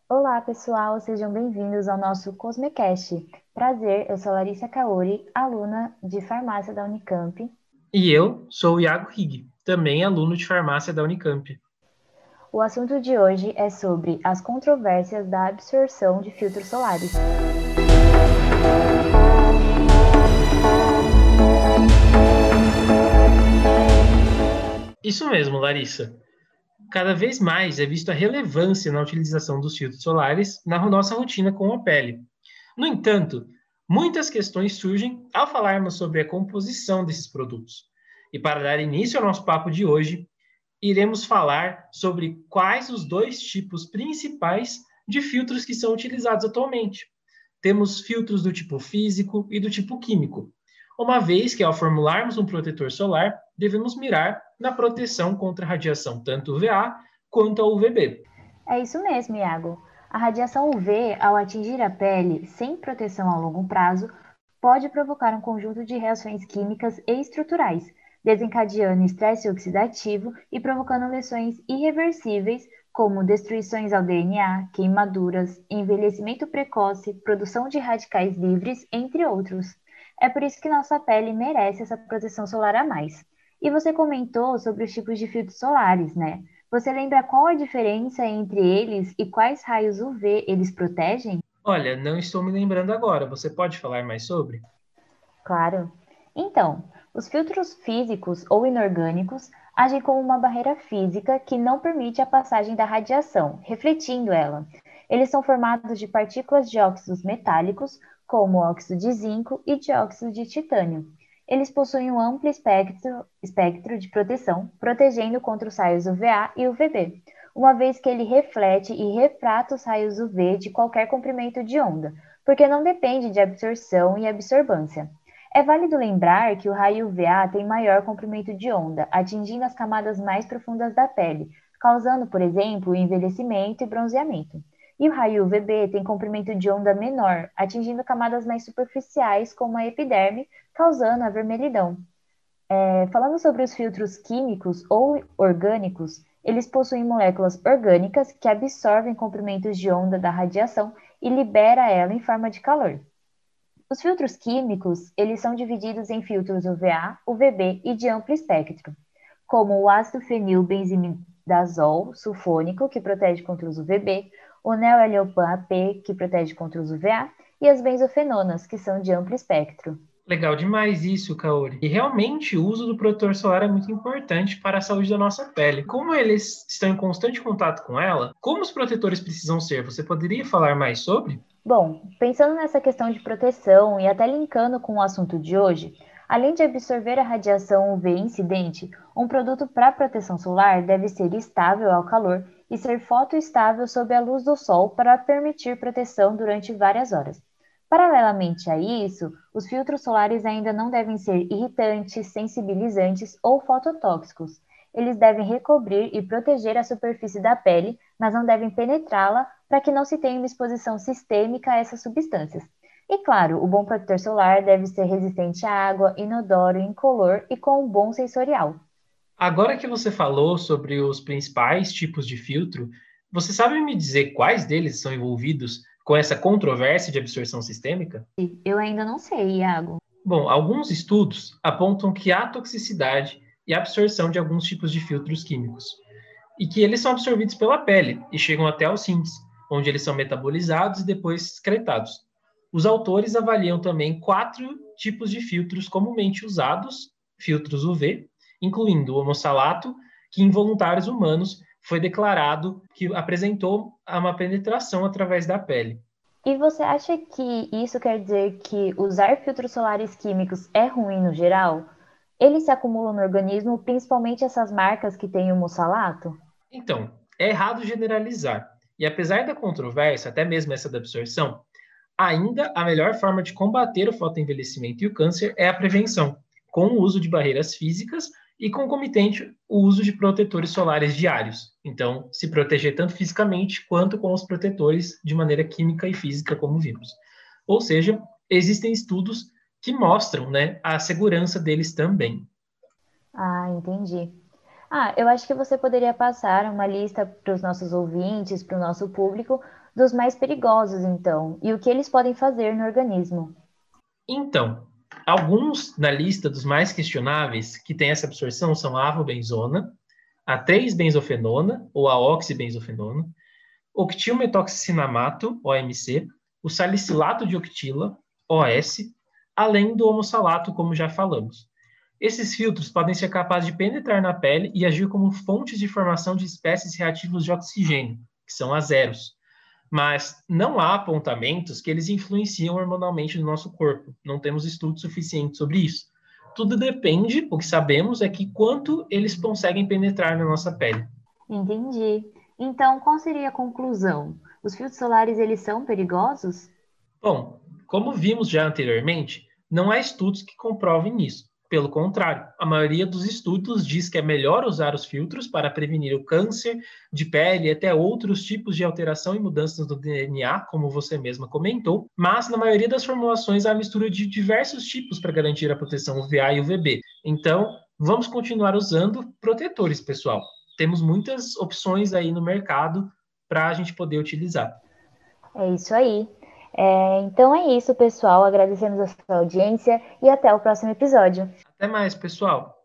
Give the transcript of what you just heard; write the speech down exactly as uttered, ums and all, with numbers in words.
Olá, pessoal, sejam bem-vindos ao nosso CosmeCast. Prazer, eu sou Larissa Kaori, aluna de farmácia da Unicamp. E eu sou o Iago Higg, também aluno de farmácia da Unicamp. O assunto de hoje é sobre as controvérsias da absorção de filtros solares. Isso mesmo, Larissa. Cada vez mais é visto a relevância na utilização dos filtros solares na nossa rotina com a pele. No entanto, muitas questões surgem ao falarmos sobre a composição desses produtos. E para dar início ao nosso papo de hoje, iremos falar sobre quais os dois tipos principais de filtros que são utilizados atualmente. Temos filtros do tipo físico e do tipo químico, uma vez que ao formularmos um protetor solar, devemos mirar na proteção contra a radiação tanto U V A quanto a U V B. É isso mesmo, Iago. A radiação U V, ao atingir a pele sem proteção a longo prazo, pode provocar um conjunto de reações químicas e estruturais, desencadeando estresse oxidativo e provocando lesões irreversíveis, como destruições ao D N A, queimaduras, envelhecimento precoce, produção de radicais livres, entre outros. É por isso que nossa pele merece essa proteção solar a mais. E você comentou sobre os tipos de filtros solares, né? Você lembra qual a diferença entre eles e quais raios U V eles protegem? Olha, não estou me lembrando agora, você pode falar mais sobre? Claro. Então, os filtros físicos ou inorgânicos agem como uma barreira física que não permite a passagem da radiação, refletindo ela. Eles são formados de partículas de óxidos metálicos, como o óxido de zinco e dióxido de titânio. Eles possuem um amplo espectro, espectro de proteção, protegendo contra os raios U V A e U V B, uma vez que ele reflete e refrata os raios U V de qualquer comprimento de onda, porque não depende de absorção e absorbância. É válido lembrar que o raio U V A tem maior comprimento de onda, atingindo as camadas mais profundas da pele, causando, por exemplo, envelhecimento e bronzeamento. E o raio U V B tem comprimento de onda menor, atingindo camadas mais superficiais, como a epiderme, causando a vermelhidão. É, falando sobre os filtros químicos ou orgânicos, eles possuem moléculas orgânicas que absorvem comprimentos de onda da radiação e libera ela em forma de calor. Os filtros químicos, eles são divididos em filtros U V A, U V B e de amplo espectro, como o ácido fenilbenzimidazol sulfônico, que protege contra os U V B, o neo-eleopan A P, que protege contra os U V A, e as benzofenonas, que são de amplo espectro. Legal demais isso, Kaori. E realmente o uso do protetor solar é muito importante para a saúde da nossa pele. Como eles estão em constante contato com ela, como os protetores precisam ser? Você poderia falar mais sobre? Bom, pensando nessa questão de proteção e até linkando com o assunto de hoje, além de absorver a radiação U V incidente, um produto para proteção solar deve ser estável ao calor e ser fotoestável sob a luz do sol para permitir proteção durante várias horas. Paralelamente a isso, os filtros solares ainda não devem ser irritantes, sensibilizantes ou fototóxicos. Eles devem recobrir e proteger a superfície da pele, mas não devem penetrá-la para que não se tenha uma exposição sistêmica a essas substâncias. E claro, o bom protetor solar deve ser resistente à água, inodoro, incolor e com um bom sensorial. Agora que você falou sobre os principais tipos de filtro, você sabe me dizer quais deles são envolvidos com essa controvérsia de absorção sistêmica? Eu ainda não sei, Iago. Bom, alguns estudos apontam que há toxicidade e absorção de alguns tipos de filtros químicos, e que eles são absorvidos pela pele e chegam até os rins, onde eles são metabolizados e depois excretados. Os autores avaliam também quatro tipos de filtros comumente usados, filtros U V, incluindo o homossalato, que em voluntários humanos foi declarado que apresentou uma penetração através da pele. E você acha que isso quer dizer que usar filtros solares químicos é ruim no geral? Eles se acumulam no organismo, principalmente essas marcas que têm o mussalato? Então, é errado generalizar. E apesar da controvérsia, até mesmo essa da absorção, ainda a melhor forma de combater o fotoenvelhecimento e o câncer é a prevenção, com o uso de barreiras físicas e concomitante o uso de protetores solares diários. Então, se proteger tanto fisicamente quanto com os protetores de maneira química e física, como vimos. Ou seja, existem estudos que mostram, né, a segurança deles também. Ah, entendi. Ah, eu acho que você poderia passar uma lista para os nossos ouvintes, para o nosso público, dos mais perigosos, então, e o que eles podem fazer no organismo. Então, alguns na lista dos mais questionáveis que têm essa absorção são a avobenzona, a três-benzofenona ou a oxibenzofenona, octilmetoxicinamato, O M C, o salicilato de octila, O S, além do homossalato, como já falamos. Esses filtros podem ser capazes de penetrar na pele e agir como fontes de formação de espécies reativas de oxigênio, que são as zeros. Mas não há apontamentos que eles influenciam hormonalmente no nosso corpo. Não temos estudos suficientes sobre isso. Tudo depende, o que sabemos é que quanto eles conseguem penetrar na nossa pele. Entendi. Então, qual seria a conclusão? Os filtros solares, eles são perigosos? Bom, como vimos já anteriormente, não há estudos que comprovem isso. Pelo contrário, a maioria dos estudos diz que é melhor usar os filtros para prevenir o câncer de pele e até outros tipos de alteração e mudanças do D N A, como você mesma comentou, mas na maioria das formulações há mistura de diversos tipos para garantir a proteção U V A e U V B. Então, vamos continuar usando protetores, pessoal. Temos muitas opções aí no mercado para a gente poder utilizar. É isso aí. É, então é isso, pessoal. Agradecemos a sua audiência e até o próximo episódio. Até mais, pessoal!